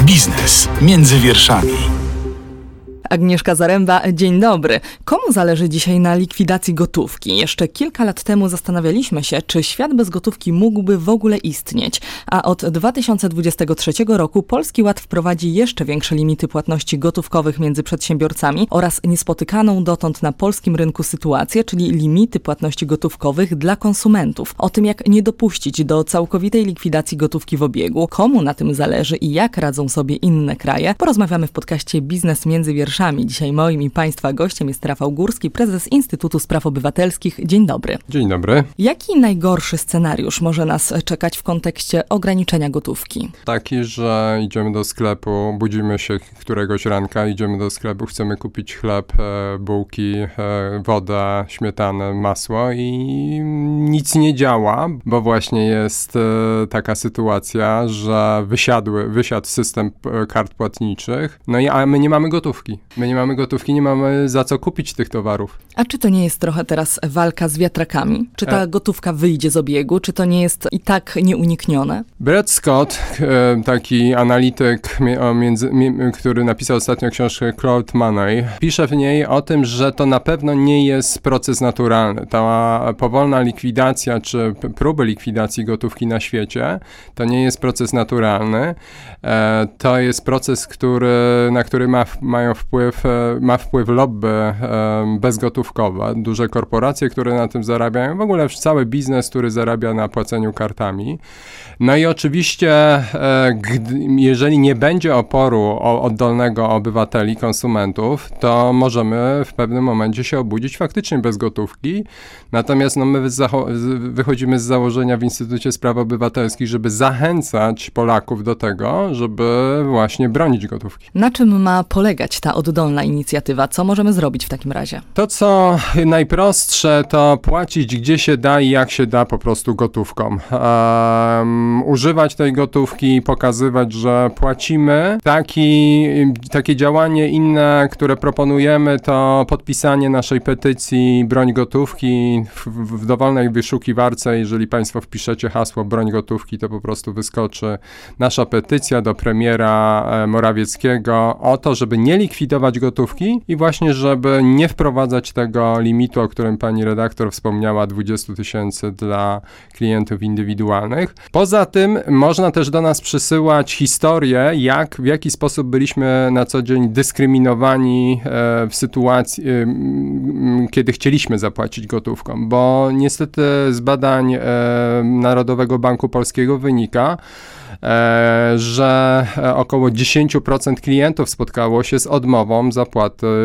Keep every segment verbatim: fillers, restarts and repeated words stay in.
Biznes między wierszami. Agnieszka Zaręba, dzień dobry. Komu zależy dzisiaj na likwidacji gotówki? Jeszcze kilka lat temu zastanawialiśmy się, czy świat bez gotówki mógłby w ogóle istnieć. A od dwa tysiące dwudziestego trzeciego roku Polski Ład wprowadzi jeszcze większe limity płatności gotówkowych między przedsiębiorcami oraz niespotykaną dotąd na polskim rynku sytuację, czyli limity płatności gotówkowych dla konsumentów. O tym, jak nie dopuścić do całkowitej likwidacji gotówki w obiegu, komu na tym zależy i jak radzą sobie inne kraje, porozmawiamy w podcaście Biznes między wierszami. Dzisiaj moim i Państwa gościem jest Rafał Górski, prezes Instytutu Spraw Obywatelskich. Dzień dobry. Dzień dobry. Jaki najgorszy scenariusz może nas czekać w kontekście ograniczenia gotówki? Taki, że idziemy do sklepu, budzimy się któregoś ranka, idziemy do sklepu, chcemy kupić chleb, e, bułki, e, wodę, śmietanę, masło i nic nie działa, bo właśnie jest e, taka sytuacja, że wysiadły, wysiadł system kart płatniczych, no i a my nie mamy gotówki. My nie mamy gotówki, nie mamy za co kupić tych towarów. A czy to nie jest trochę teraz walka z wiatrakami? Czy ta e... gotówka wyjdzie z obiegu? Czy to nie jest i tak nieuniknione? Brad Scott, e, taki analityk, o między, mi, który napisał ostatnio książkę Crowd Money, pisze w niej o tym, że to na pewno nie jest proces naturalny. Ta powolna likwidacja, czy p- próby likwidacji gotówki na świecie, to nie jest proces naturalny. E, to jest proces, który, na który ma, mają wpływ, ma wpływ lobby e, bezgotówkowe, duże korporacje, które na tym zarabiają, w ogóle cały biznes, który zarabia na płaceniu kartami. No i oczywiście, e, gdy, jeżeli nie będzie oporu o, oddolnego obywateli, konsumentów, to możemy w pewnym momencie się obudzić faktycznie bez gotówki. Natomiast no, my zacho- wychodzimy z założenia w Instytucie Spraw Obywatelskich, żeby zachęcać Polaków do tego, żeby właśnie bronić gotówki. Na czym ma polegać ta oddolna inicjatywa? Co możemy zrobić w takim razie? To, co najprostsze, to płacić gdzie się da i jak się da po prostu gotówką. Um, używać tej gotówki, pokazywać, że płacimy. Taki, takie działanie inne, które proponujemy, to podpisanie naszej petycji Broń Gotówki w, w dowolnej wyszukiwarce. Jeżeli Państwo wpiszecie hasło Broń Gotówki, to po prostu wyskoczy nasza petycja do premiera Morawieckiego o to, żeby nie likwidować gotówki i właśnie, żeby nie wprowadzać tego limitu, o którym pani redaktor wspomniała, dwadzieścia tysięcy dla klientów indywidualnych. Poza tym można też do nas przysyłać historie, jak, w jaki sposób byliśmy na co dzień dyskryminowani e, w sytuacji, e, m, kiedy chcieliśmy zapłacić gotówką, bo niestety z badań e, Narodowego Banku Polskiego wynika, E, że około dziesięć procent klientów spotkało się z odmową zapłaty, e,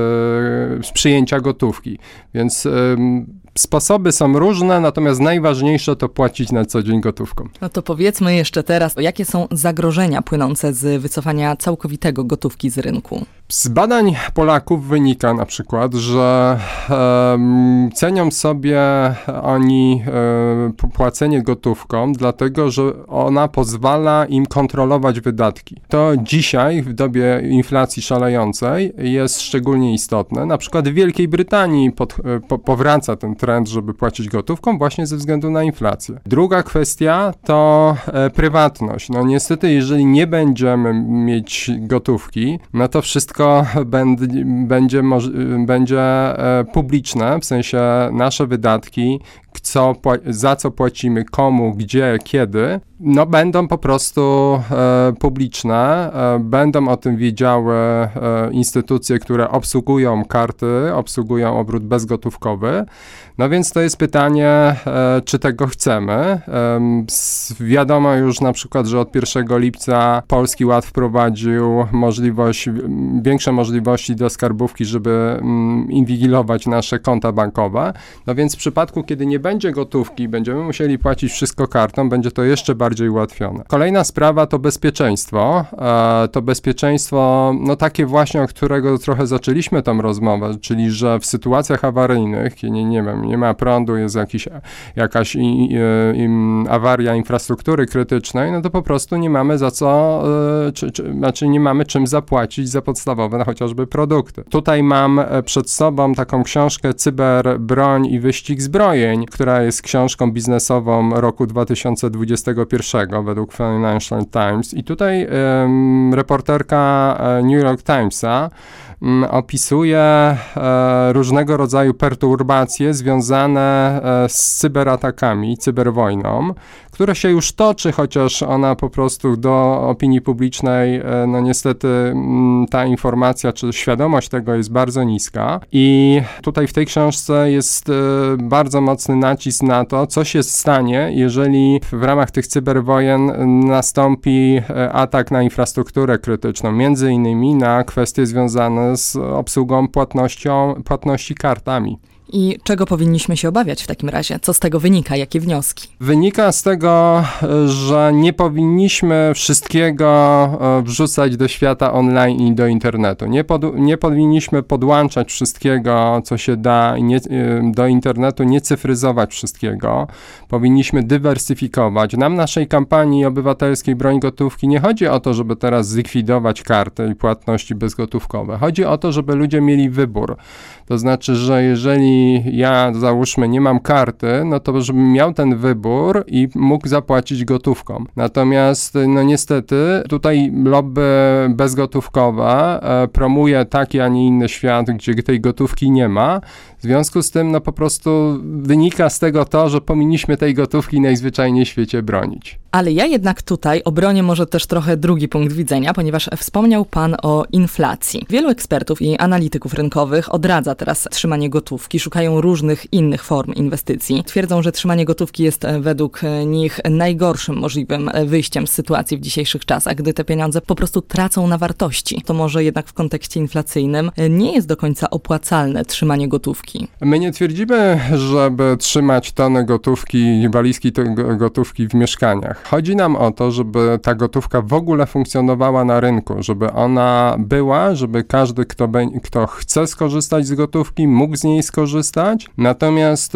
z przyjęcia gotówki. Więc e, sposoby są różne, natomiast najważniejsze to płacić na co dzień gotówką. No to powiedzmy jeszcze teraz, jakie są zagrożenia płynące z wycofania całkowitego gotówki z rynku? Z badań Polaków wynika na przykład, że um, cenią sobie oni um, płacenie gotówką, dlatego że ona pozwala im kontrolować wydatki. To dzisiaj w dobie inflacji szalejącej jest szczególnie istotne. Na przykład w Wielkiej Brytanii pod, po, powraca ten trend, żeby płacić gotówką właśnie ze względu na inflację. Druga kwestia to e, prywatność. No niestety, jeżeli nie będziemy mieć gotówki, no to wszystko Będzie, będzie, będzie e, publiczne, w sensie nasze wydatki, co, za co płacimy, komu, gdzie, kiedy, no będą po prostu e, publiczne, e, będą o tym wiedziały e, instytucje, które obsługują karty, obsługują obrót bezgotówkowy. No więc to jest pytanie, e, czy tego chcemy. E, s, wiadomo już na przykład, że od pierwszego lipca Polski Ład wprowadził możliwość, większe możliwości do skarbówki, żeby mm, inwigilować nasze konta bankowe. No więc w przypadku, kiedy nie będzie gotówki, będziemy musieli płacić wszystko kartą, będzie to jeszcze bardziej ułatwione. Kolejna sprawa to bezpieczeństwo. E, to bezpieczeństwo, no takie właśnie, o którego trochę zaczęliśmy tą rozmowę, czyli że w sytuacjach awaryjnych, nie, nie wiem, nie ma prądu, jest jakiś, jakaś i, i, i, awaria infrastruktury krytycznej, no to po prostu nie mamy za co, e, czy, czy, znaczy nie mamy czym zapłacić za podstawowe, no chociażby produkty. Tutaj mam przed sobą taką książkę Cyber, broń i wyścig zbrojeń, która jest książką biznesową roku dwa tysiące dwudziestego pierwszego pierwszego według Financial Times i tutaj um, reporterka New York Timesa um, opisuje e, różnego rodzaju perturbacje związane e, z cyberatakami, cyberwojną, która się już toczy, chociaż ona po prostu do opinii publicznej, no niestety ta informacja, czy świadomość tego jest bardzo niska i tutaj w tej książce jest bardzo mocny nacisk na to, co się stanie, jeżeli w ramach tych cyberwojen nastąpi atak na infrastrukturę krytyczną, między innymi na kwestie związane z obsługą płatnością, płatności kartami. I czego powinniśmy się obawiać w takim razie? Co z tego wynika? Jakie wnioski? Wynika z tego, że nie powinniśmy wszystkiego wrzucać do świata online i do internetu. Nie, pod, nie powinniśmy podłączać wszystkiego, co się da nie, do internetu, nie cyfryzować wszystkiego. Powinniśmy dywersyfikować. Nam w naszej kampanii obywatelskiej Broń Gotówki nie chodzi o to, żeby teraz zlikwidować karty i płatności bezgotówkowe. Chodzi o to, żeby ludzie mieli wybór. To znaczy, że jeżeli ja, załóżmy, nie mam karty, no to żebym miał ten wybór i mógł zapłacić gotówką. Natomiast, no niestety, tutaj lobby bezgotówkowa e, promuje taki, a nie inny świat, gdzie tej gotówki nie ma. W związku z tym, no po prostu wynika z tego to, że powinniśmy tej gotówki najzwyczajniej w świecie bronić. Ale ja jednak tutaj obronię może też trochę drugi punkt widzenia, ponieważ wspomniał pan o inflacji. Wielu ekspertów i analityków rynkowych odradza teraz trzymanie gotówki, szukają różnych innych form inwestycji. Twierdzą, że trzymanie gotówki jest według nich najgorszym możliwym wyjściem z sytuacji w dzisiejszych czasach, gdy te pieniądze po prostu tracą na wartości. To może jednak w kontekście inflacyjnym nie jest do końca opłacalne trzymanie gotówki. My nie twierdzimy, żeby trzymać tonę gotówki, walizki gotówki w mieszkaniach. Chodzi nam o to, żeby ta gotówka w ogóle funkcjonowała na rynku, żeby ona była, żeby każdy, kto, be, kto chce skorzystać z gotówki, mógł z niej skorzystać. Natomiast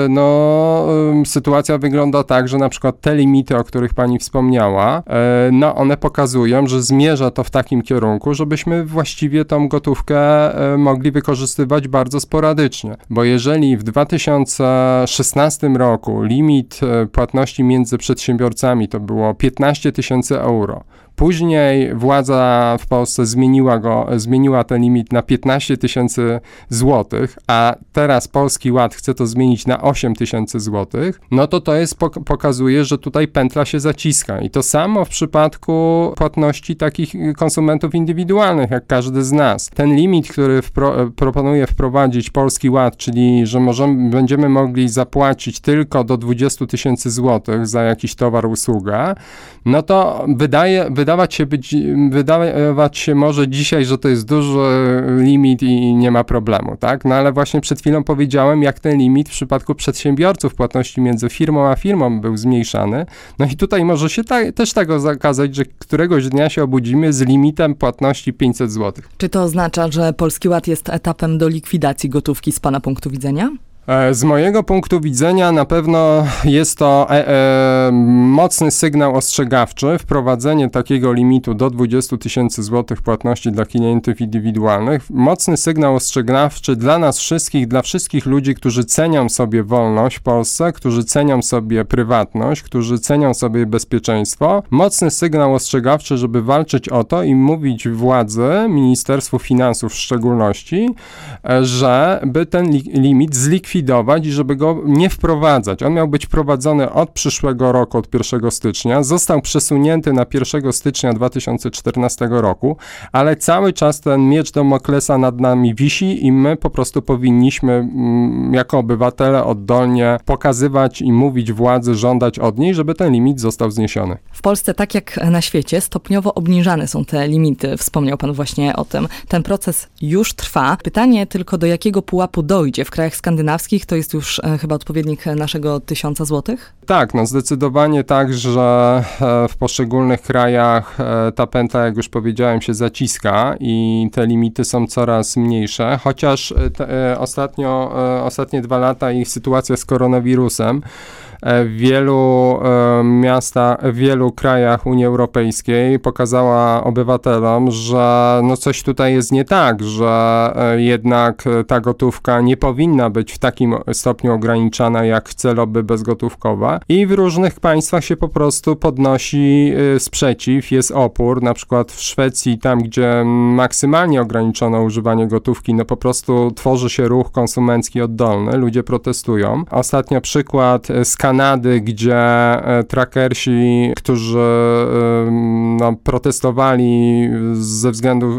no, sytuacja wygląda tak, że na przykład te limity, o których pani wspomniała, no one pokazują, że zmierza to w takim kierunku, żebyśmy właściwie tą gotówkę mogli wykorzystywać bardzo sporadycznie. Bo jeżeli w dwa tysiące szesnastym roku limit płatności między przedsiębiorcami to było piętnaście tysięcy euro. Później władza w Polsce zmieniła go, zmieniła ten limit na piętnaście tysięcy złotych, a teraz Polski Ład chce to zmienić na osiem tysięcy złotych, no to to jest, pokazuje, że tutaj pętla się zaciska. I to samo w przypadku płatności takich konsumentów indywidualnych, jak każdy z nas. Ten limit, który wpro, proponuje wprowadzić Polski Ład, czyli że możemy, będziemy mogli zapłacić tylko do dwadzieścia tysięcy złotych za jakiś towar, usługę, no to wydaje, wydawać się być, wydawać się może dzisiaj, że to jest duży limit i nie ma problemu, tak? No ale właśnie przed chwilą powiedziałem, jak ten limit w przypadku przedsiębiorców płatności między firmą a firmą był zmniejszany. No i tutaj może się ta, też tego zakazać, że któregoś dnia się obudzimy z limitem płatności pięćset złotych. Czy to oznacza, że Polski Ład jest etapem do likwidacji gotówki z pana punktu widzenia? Z mojego punktu widzenia na pewno jest to e, e, mocny sygnał ostrzegawczy. Wprowadzenie takiego limitu do dwadzieścia tysięcy złotych płatności dla klientów indywidualnych. Mocny sygnał ostrzegawczy dla nas wszystkich, dla wszystkich ludzi, którzy cenią sobie wolność w Polsce, którzy cenią sobie prywatność, którzy cenią sobie bezpieczeństwo. Mocny sygnał ostrzegawczy, żeby walczyć o to i mówić władzy, Ministerstwu Finansów w szczególności, żeby ten li- limit zlikwidować i żeby go nie wprowadzać. On miał być wprowadzony od przyszłego roku, od pierwszego stycznia. Został przesunięty na pierwszego stycznia dwa tysiące czternastego roku, ale cały czas ten miecz Damoklesa nad nami wisi i my po prostu powinniśmy mm, jako obywatele oddolnie pokazywać i mówić władzy, żądać od niej, żeby ten limit został zniesiony. W Polsce, tak jak na świecie, stopniowo obniżane są te limity. Wspomniał pan właśnie o tym. Ten proces już trwa. Pytanie tylko, do jakiego pułapu dojdzie. W krajach skandynawskich to jest już e, chyba odpowiednik naszego tysiąca złotych? Tak, no zdecydowanie tak, że e, w poszczególnych krajach e, ta pętla, jak już powiedziałem, się zaciska i te limity są coraz mniejsze, chociaż te, e, ostatnio, e, ostatnie dwa lata i sytuacja z koronawirusem w wielu miastach, w wielu krajach Unii Europejskiej pokazała obywatelom, że no coś tutaj jest nie tak, że jednak ta gotówka nie powinna być w takim stopniu ograniczana, jak chce lobby bezgotówkowa. I w różnych państwach się po prostu podnosi sprzeciw, jest opór, na przykład w Szwecji, tam gdzie maksymalnie ograniczono używanie gotówki, no po prostu tworzy się ruch konsumencki oddolny, ludzie protestują. Ostatnio przykład z Kanady, gdzie trackersi, którzy no, protestowali ze względu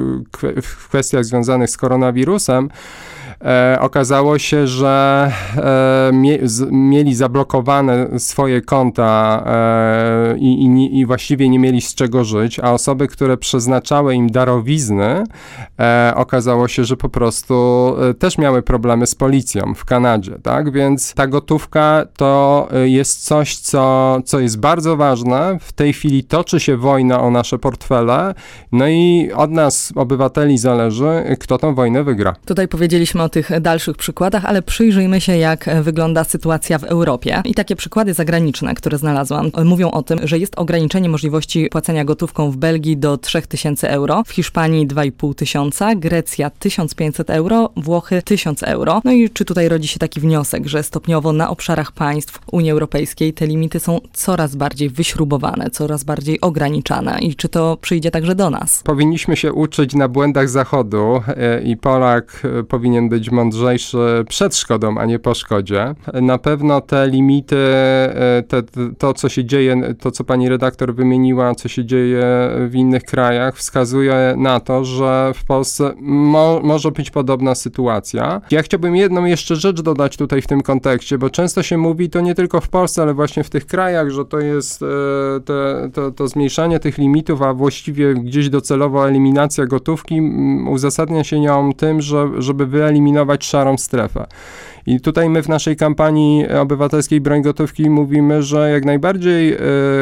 w kwestiach związanych z koronawirusem, E, okazało się, że e, mie, z, mieli zablokowane swoje konta e, i, i, i właściwie nie mieli z czego żyć, a osoby, które przeznaczały im darowizny, e, okazało się, że po prostu e, też miały problemy z policją w Kanadzie, tak? Więc ta gotówka to jest coś, co, co jest bardzo ważne. W tej chwili toczy się wojna o nasze portfele, no i od nas, obywateli, zależy, kto tą wojnę wygra. Tutaj powiedzieliśmy o tych dalszych przykładach, ale przyjrzyjmy się, jak wygląda sytuacja w Europie. I takie przykłady zagraniczne, które znalazłam, mówią o tym, że jest ograniczenie możliwości płacenia gotówką w Belgii do trzy tysiące euro, w Hiszpanii dwa i pół tysiąca, Grecja tysiąc pięćset euro, Włochy tysiąc euro. No i czy tutaj rodzi się taki wniosek, że stopniowo na obszarach państw Unii Europejskiej te limity są coraz bardziej wyśrubowane, coraz bardziej ograniczane i czy to przyjdzie także do nas? Powinniśmy się uczyć na błędach Zachodu i Polak powinien być mądrzejszy przed szkodą, a nie po szkodzie. Na pewno te limity, te, to co się dzieje, to co pani redaktor wymieniła, co się dzieje w innych krajach, wskazuje na to, że w Polsce mo, może być podobna sytuacja. Ja chciałbym jedną jeszcze rzecz dodać tutaj w tym kontekście, bo często się mówi, to nie tylko w Polsce, ale właśnie w tych krajach, że to jest te, to, to zmniejszanie tych limitów, a właściwie gdzieś docelowo eliminacja gotówki, uzasadnia się nią tym, że, żeby wyeliminować szarą strefę. I tutaj my w naszej kampanii obywatelskiej Broń Gotówki mówimy, że jak najbardziej y,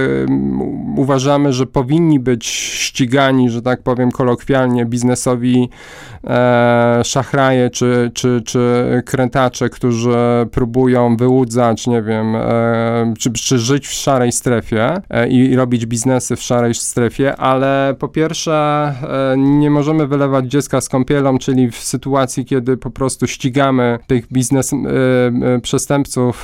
uważamy, że powinni być ścigani, że tak powiem kolokwialnie, biznesowi e, szachraje czy, czy, czy krętacze, którzy próbują wyłudzać, nie wiem, e, czy, czy żyć w szarej strefie e, i robić biznesy w szarej strefie, ale po pierwsze e, nie możemy wylewać dziecka z kąpielą, czyli w sytuacji, kiedy po prostu ścigamy tych biznes przestępców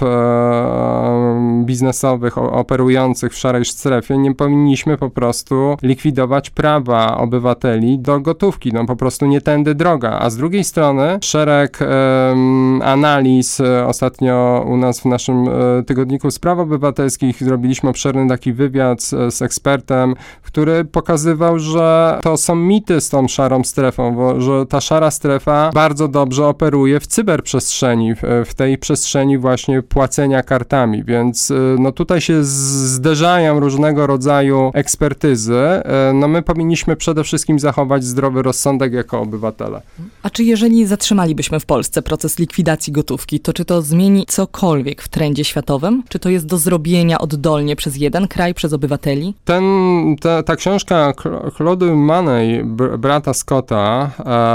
biznesowych operujących w szarej strefie, nie powinniśmy po prostu likwidować prawa obywateli do gotówki. No po prostu nie tędy droga. A z drugiej strony szereg um, analiz, ostatnio u nas w naszym tygodniku spraw obywatelskich zrobiliśmy obszerny taki wywiad z, z ekspertem, który pokazywał, że to są mity z tą szarą strefą, bo że ta szara strefa bardzo dobrze operuje w cyberprzestrzeni, w tej przestrzeni właśnie płacenia kartami, więc no tutaj się zderzają różnego rodzaju ekspertyzy. No my powinniśmy przede wszystkim zachować zdrowy rozsądek jako obywatele. A czy jeżeli zatrzymalibyśmy w Polsce proces likwidacji gotówki, to czy to zmieni cokolwiek w trendzie światowym? Czy to jest do zrobienia oddolnie przez jeden kraj, przez obywateli? Ten, ta, ta książka Claude'a Money, brata Scotta,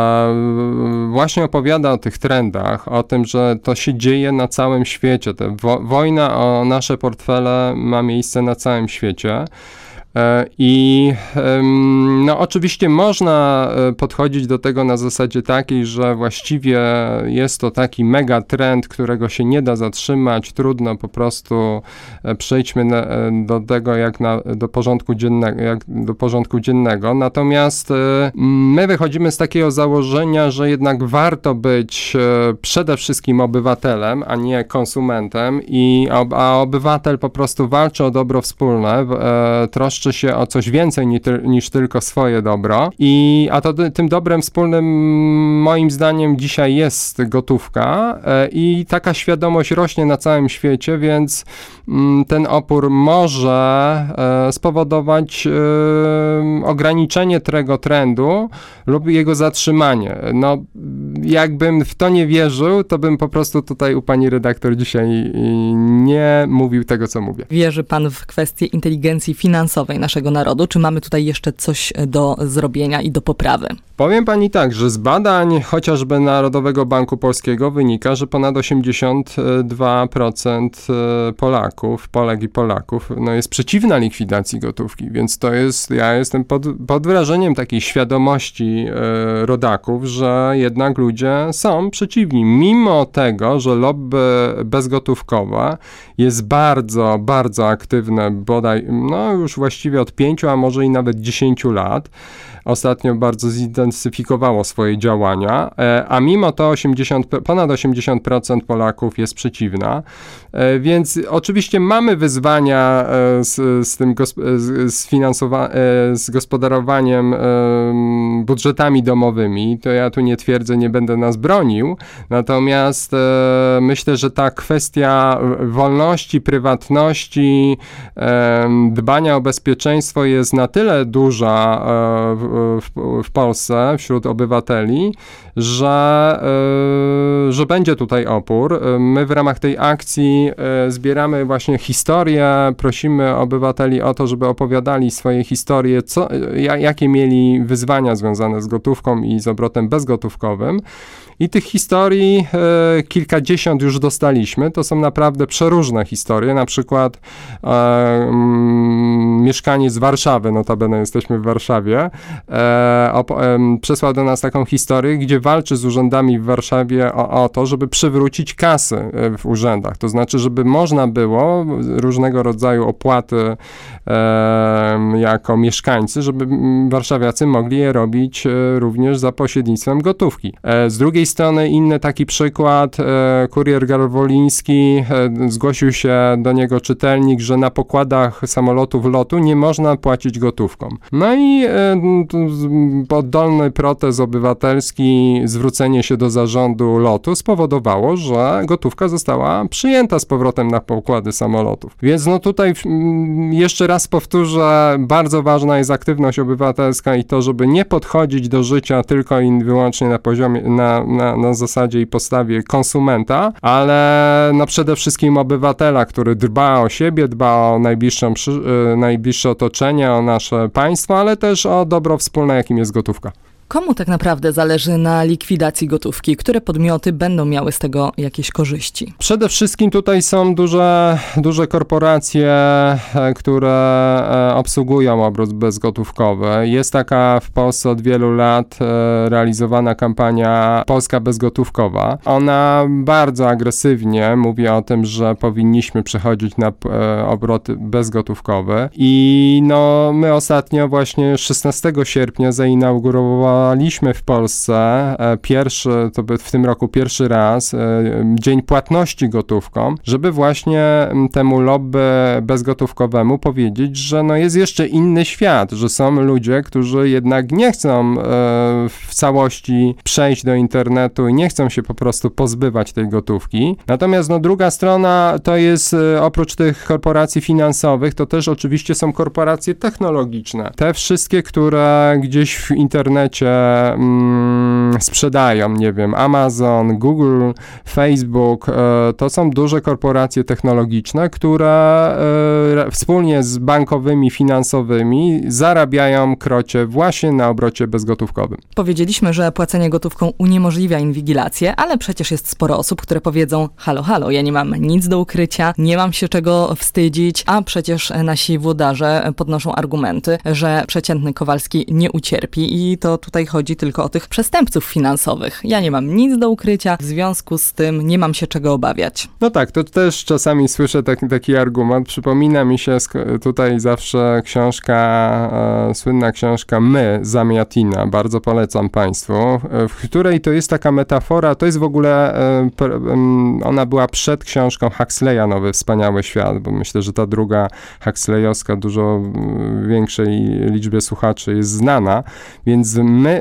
e, właśnie opowiada o tych trendach, o tym, że to się dzieje na całym świecie. Ta wo- wojna o nasze portfele ma miejsce na całym świecie. I no oczywiście można podchodzić do tego na zasadzie takiej, że właściwie jest to taki mega trend, którego się nie da zatrzymać, trudno, po prostu przejdźmy na, do tego jak na, do porządku dziennego, jak do porządku dziennego. Natomiast my wychodzimy z takiego założenia, że jednak warto być przede wszystkim obywatelem, a nie konsumentem, i a obywatel po prostu walczy o dobro wspólne, troszczy się o coś więcej niż, niż tylko swoje dobro. I a to tym dobrem wspólnym moim zdaniem dzisiaj jest gotówka e, i taka świadomość rośnie na całym świecie, więc m, ten opór może e, spowodować e, ograniczenie tego trendu lub jego zatrzymanie. No, jakbym w to nie wierzył, to bym po prostu tutaj u pani redaktor dzisiaj nie mówił tego, co mówię. Wierzy pan w kwestię inteligencji finansowej finansowej naszego narodu? Czy mamy tutaj jeszcze coś do zrobienia i do poprawy? Powiem pani tak, że z badań chociażby Narodowego Banku Polskiego wynika, że ponad osiemdziesiąt dwa procent Polaków, Polek i Polaków, no jest przeciwna likwidacji gotówki, więc to jest, ja jestem pod, pod wrażeniem takiej świadomości e, rodaków, że jednak ludzie są przeciwni, mimo tego, że lobby bezgotówkowe jest bardzo, bardzo aktywne, bodaj, no już właściwie od pięciu, a może i nawet dziesięciu lat. Ostatnio bardzo zintensyfikowało swoje działania, a mimo to osiemdziesiąt, ponad osiemdziesiąt procent Polaków jest przeciwna, więc oczywiście mamy wyzwania z, z tym z, finansowa- z gospodarowaniem budżetami domowymi, to ja tu nie twierdzę, nie będę nas bronił, natomiast myślę, że ta kwestia wolności, prywatności, dbania o bezpieczeństwo jest na tyle duża w, W, w Polsce wśród obywateli, że, y, że będzie tutaj opór. My w ramach tej akcji y, zbieramy właśnie historię, prosimy obywateli o to, żeby opowiadali swoje historie, co, y, jakie mieli wyzwania związane z gotówką i z obrotem bezgotówkowym. I tych historii e, kilkadziesiąt już dostaliśmy. To są naprawdę przeróżne historie. Na przykład e, m, mieszkaniec z Warszawy, notabene jesteśmy w Warszawie, e, op, e, przesłał do nas taką historię, gdzie walczy z urzędami w Warszawie o, o to, żeby przywrócić kasy w urzędach. To znaczy, żeby można było różnego rodzaju opłaty e, jako mieszkańcy, żeby warszawiacy mogli je robić e, również za pośrednictwem gotówki. E, z drugiej strony inny taki przykład, e, kurier garwoliński, e, zgłosił się do niego czytelnik, że na pokładach samolotów lotu nie można płacić gotówką. No i e, oddolny protest obywatelski, zwrócenie się do zarządu lotu spowodowało, że gotówka została przyjęta z powrotem na pokłady samolotów. Więc no tutaj m, jeszcze raz powtórzę, bardzo ważna jest aktywność obywatelska i to, żeby nie podchodzić do życia tylko i wyłącznie na poziomie, na, na, na zasadzie i podstawie konsumenta, ale no przede wszystkim obywatela, który dba o siebie, dba o najbliższą, najbliższe otoczenie, o nasze państwo, ale też o dobro wspólne, jakim jest gotówka. Komu tak naprawdę zależy na likwidacji gotówki? Które podmioty będą miały z tego jakieś korzyści? Przede wszystkim tutaj są duże, duże korporacje, które obsługują obrót bezgotówkowy. Jest taka w Polsce od wielu lat realizowana kampania Polska Bezgotówkowa. Ona bardzo agresywnie mówi o tym, że powinniśmy przechodzić na obrót bezgotówkowy i no my ostatnio właśnie szesnastego sierpnia zainaugurowaliśmy w Polsce pierwszy, to by w tym roku pierwszy raz, dzień płatności gotówką, żeby właśnie temu lobby bezgotówkowemu powiedzieć, że no jest jeszcze inny świat, że są ludzie, którzy jednak nie chcą w całości przejść do internetu i nie chcą się po prostu pozbywać tej gotówki. Natomiast no druga strona to jest oprócz tych korporacji finansowych, to też oczywiście są korporacje technologiczne. Te wszystkie, które gdzieś w internecie mm, sprzedają, nie wiem, Amazon, Google, Facebook, e, to są duże korporacje technologiczne, które e, wspólnie z bankowymi, finansowymi zarabiają krocie właśnie na obrocie bezgotówkowym. Powiedzieliśmy, że płacenie gotówką uniemożliwia inwigilację, ale przecież jest sporo osób, które powiedzą: halo, halo, ja nie mam nic do ukrycia, nie mam się czego wstydzić, a przecież nasi włodarze podnoszą argumenty, że przeciętny Kowalski nie ucierpi i to tutaj chodzi tylko o tych przestępców finansowych. Ja nie mam nic do ukrycia, w związku z tym nie mam się czego obawiać. No tak, to też czasami słyszę taki, taki argument. Przypomina mi się tutaj zawsze książka, e, słynna książka My Zamiatina, bardzo polecam Państwu, w której to jest taka metafora, to jest w ogóle, e, ona była przed książką Huxleya Nowy Wspaniały Świat, bo myślę, że ta druga Huxleyowska dużo większej liczbie słuchaczy jest znana, więc my,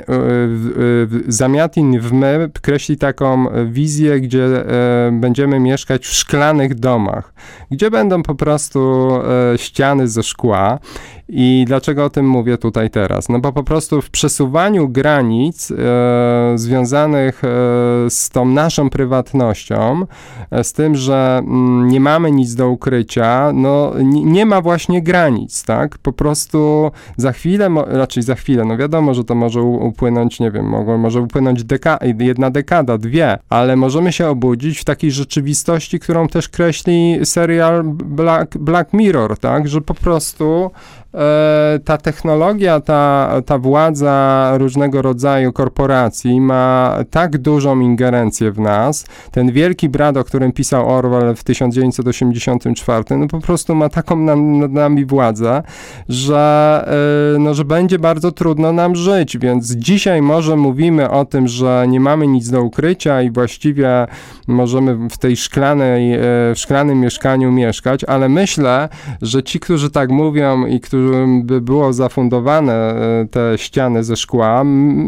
Zamiatin w My kreśli taką wizję, gdzie e, będziemy mieszkać w szklanych domach, gdzie będą po prostu e, ściany ze szkła I dlaczego o tym mówię tutaj teraz? No bo po prostu w przesuwaniu granic e, związanych e, z tą naszą prywatnością, e, z tym, że m, nie mamy nic do ukrycia, no nie, nie ma właśnie granic, tak? Po prostu za chwilę, mo, raczej za chwilę, no wiadomo, że to może upłynąć, nie wiem, mogło, może upłynąć deka, jedna dekada, dwie, ale możemy się obudzić w takiej rzeczywistości, którą też kreśli serial Black, Black Mirror, tak? Że po prostu e, ta technologia, ta, ta władza różnego rodzaju korporacji ma tak dużą ingerencję w nas, ten wielki brat, o którym pisał Orwell w tysiąc dziewięćset osiemdziesiątym czwartym, no po prostu ma taką nam, nad nami władzę, że, e, no, że będzie bardzo trudno nam żyć, więc dzisiaj może mówimy o tym, że nie mamy nic do ukrycia i właściwie możemy w tej szklanej, e, w szklanym mieszkaniu mieszkać, ale myślę, że ci, którzy tak mówią i którym by było zafundowane te ściany ze szkła,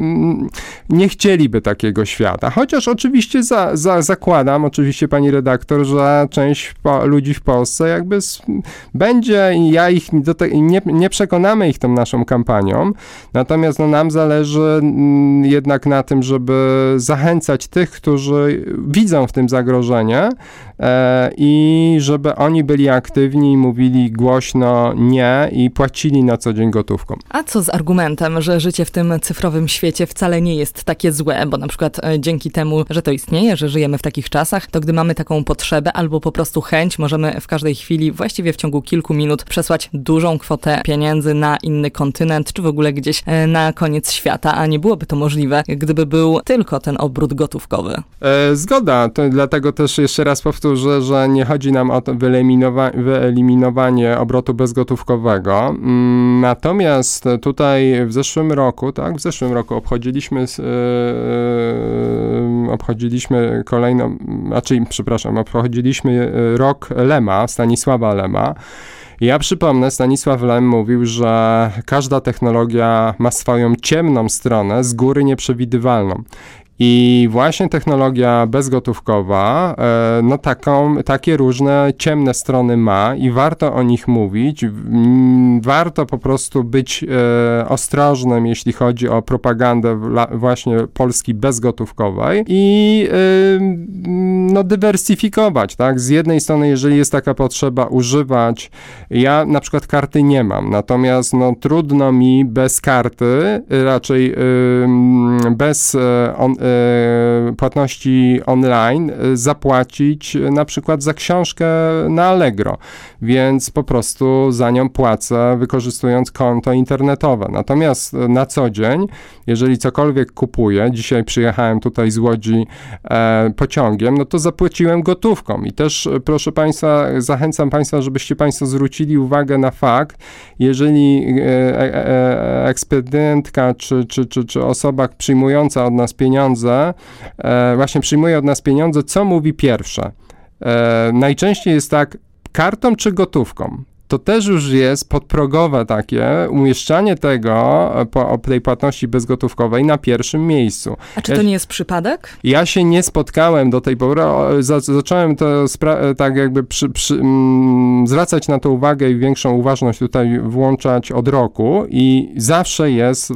nie chcieliby takiego świata. Chociaż oczywiście za, za, zakładam, oczywiście pani redaktor, że część po, ludzi w Polsce jakby s, będzie i ja ich do te, nie, nie przekonamy ich tą naszą kampanią, natomiast no, nam zależy m, jednak na tym, żeby zachęcać tych, którzy widzą w tym zagrożenie e, i żeby oni byli aktywni i mówili głośno nie i płacili na co dzień gotówką. A co z argumentem, że życie w tym cyfrowym świecie wcale nie jest takie złe, bo na przykład e, dzięki temu, że to istnieje, że żyjemy w takich czasach, to gdy mamy taką potrzebę albo po prostu chęć, możemy w każdej chwili, właściwie w ciągu kilku minut przesłać dużą kwotę pieniędzy na inny kontynent, czy w ogóle gdzieś e, na koniec świata, a nie byłoby to możliwe, gdyby był tylko ten obrót gotówkowy. E, zgoda, to dlatego też jeszcze raz powtórzę, że nie chodzi nam o to wyeliminowa- wyeliminowanie obrotu bezgotówkowego. Natomiast tutaj w zeszłym roku, tak, w zeszłym roku obchodziliśmy, yy, obchodziliśmy kolejną, znaczy, przepraszam, obchodziliśmy rok Lema, Stanisława Lema. Ja przypomnę, Stanisław Lem mówił, że każda technologia ma swoją ciemną stronę, z góry nieprzewidywalną. I właśnie technologia bezgotówkowa, e, no taką, takie różne ciemne strony ma i warto o nich mówić, m, warto po prostu być e, ostrożnym, jeśli chodzi o propagandę la, właśnie Polski bezgotówkowej i e, no dywersyfikować, tak? Z jednej strony, jeżeli jest taka potrzeba, używać, ja na przykład karty nie mam, natomiast no trudno mi bez karty, raczej e, bez e, on, płatności online zapłacić na przykład za książkę na Allegro, więc po prostu za nią płacę, wykorzystując konto internetowe. Natomiast na co dzień, jeżeli cokolwiek kupuję, dzisiaj przyjechałem tutaj z Łodzi e, pociągiem, no to zapłaciłem gotówką i też proszę Państwa, zachęcam Państwa, żebyście Państwo zwrócili uwagę na fakt, jeżeli e, e, ekspedientka czy, czy, czy, czy osoba przyjmująca od nas pieniądze E, właśnie przyjmuje od nas pieniądze, co mówi pierwsze? E, najczęściej jest tak, kartą czy gotówką? To też już jest podprogowe takie umieszczanie tego, po, tej płatności bezgotówkowej na pierwszym miejscu. A czy ja, to nie jest przypadek? Ja się nie spotkałem do tej pory, za, zacząłem to spra- tak jakby przy, przy, mm, zwracać na to uwagę i większą uważność tutaj włączać od roku i zawsze jest, e,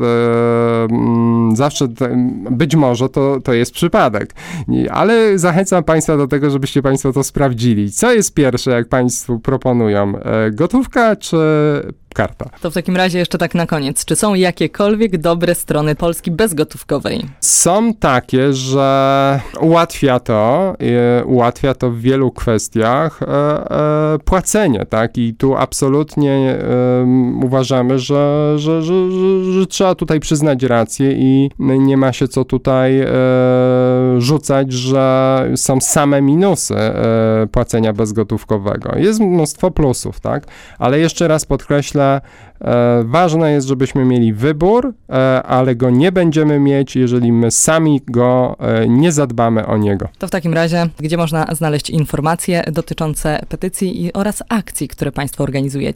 mm, zawsze te, być może to, to jest przypadek, ale zachęcam Państwa do tego, żebyście Państwo to sprawdzili. Co jest pierwsze, jak Państwu proponują? E, Gotówka czy karta? To w takim razie jeszcze tak na koniec. Czy są jakiekolwiek dobre strony Polski bezgotówkowej? Są takie, że ułatwia to, e, ułatwia to w wielu kwestiach e, e, płacenie, tak? I tu absolutnie e, uważamy, że, że, że, że, że trzeba tutaj przyznać rację i nie ma się co tutaj e, rzucać, że są same minusy e, płacenia bezgotówkowego. Jest mnóstwo plusów, tak? Ale jeszcze raz podkreślę, E, ważne jest, żebyśmy mieli wybór, e, ale go nie będziemy mieć, jeżeli my sami go e, nie zadbamy o niego. To w takim razie, gdzie można znaleźć informacje dotyczące petycji i, oraz akcji, które Państwo organizujecie?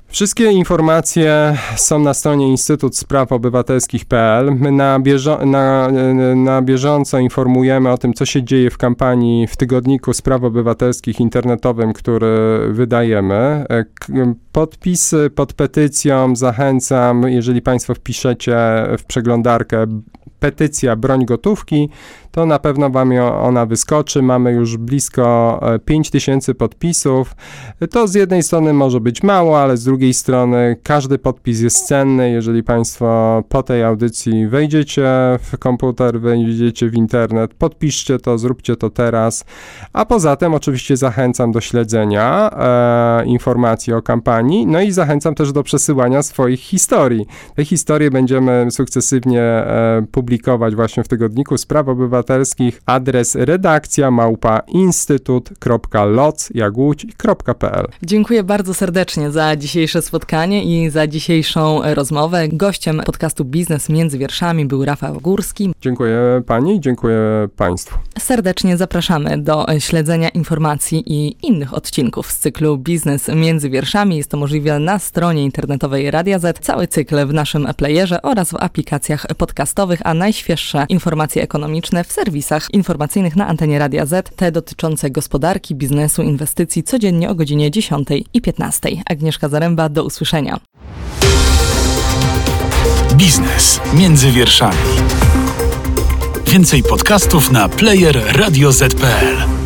Wszystkie informacje są na stronie Instytut Spraw Obywatelskich kropka p l. My na, bieżo- na, na bieżąco informujemy o tym, co się dzieje w kampanii w Tygodniku Spraw Obywatelskich internetowym, który wydajemy. Podpisy pod petycją zachęcam, jeżeli Państwo wpiszecie w przeglądarkę petycja Broń Gotówki, to na pewno Wam ona wyskoczy. Mamy już blisko pięć tysięcy podpisów. To z jednej strony może być mało, ale z drugiej strony każdy podpis jest cenny. Jeżeli Państwo po tej audycji wejdziecie w komputer, wejdziecie w internet, podpiszcie to, zróbcie to teraz. A poza tym oczywiście zachęcam do śledzenia e, informacji o kampanii, no i zachęcam też do przesyłania swoich historii. Te historie będziemy sukcesywnie e, publikować właśnie w Tygodniku Spraw Obywatelskich. Adres redakcja małpa instytut kropka loc jak łódź kropka p l. Dziękuję bardzo serdecznie za dzisiejsze spotkanie i za dzisiejszą rozmowę. Gościem podcastu Biznes między wierszami był Rafał Górski. Dziękuję Pani, dziękuję Państwu. Serdecznie zapraszamy do śledzenia informacji i innych odcinków z cyklu Biznes między wierszami. Jest to możliwe na stronie internetowej Radia Z, cały cykl w naszym playerze oraz w aplikacjach podcastowych, a najświeższe informacje ekonomiczne w serwisach informacyjnych na antenie Radia Z, te dotyczące gospodarki, biznesu, inwestycji codziennie o godzinie dziesiątej i piętnastej. Agnieszka Zaręba, do usłyszenia. Biznes między wierszami. Więcej podcastów na player radio zet kropka p l.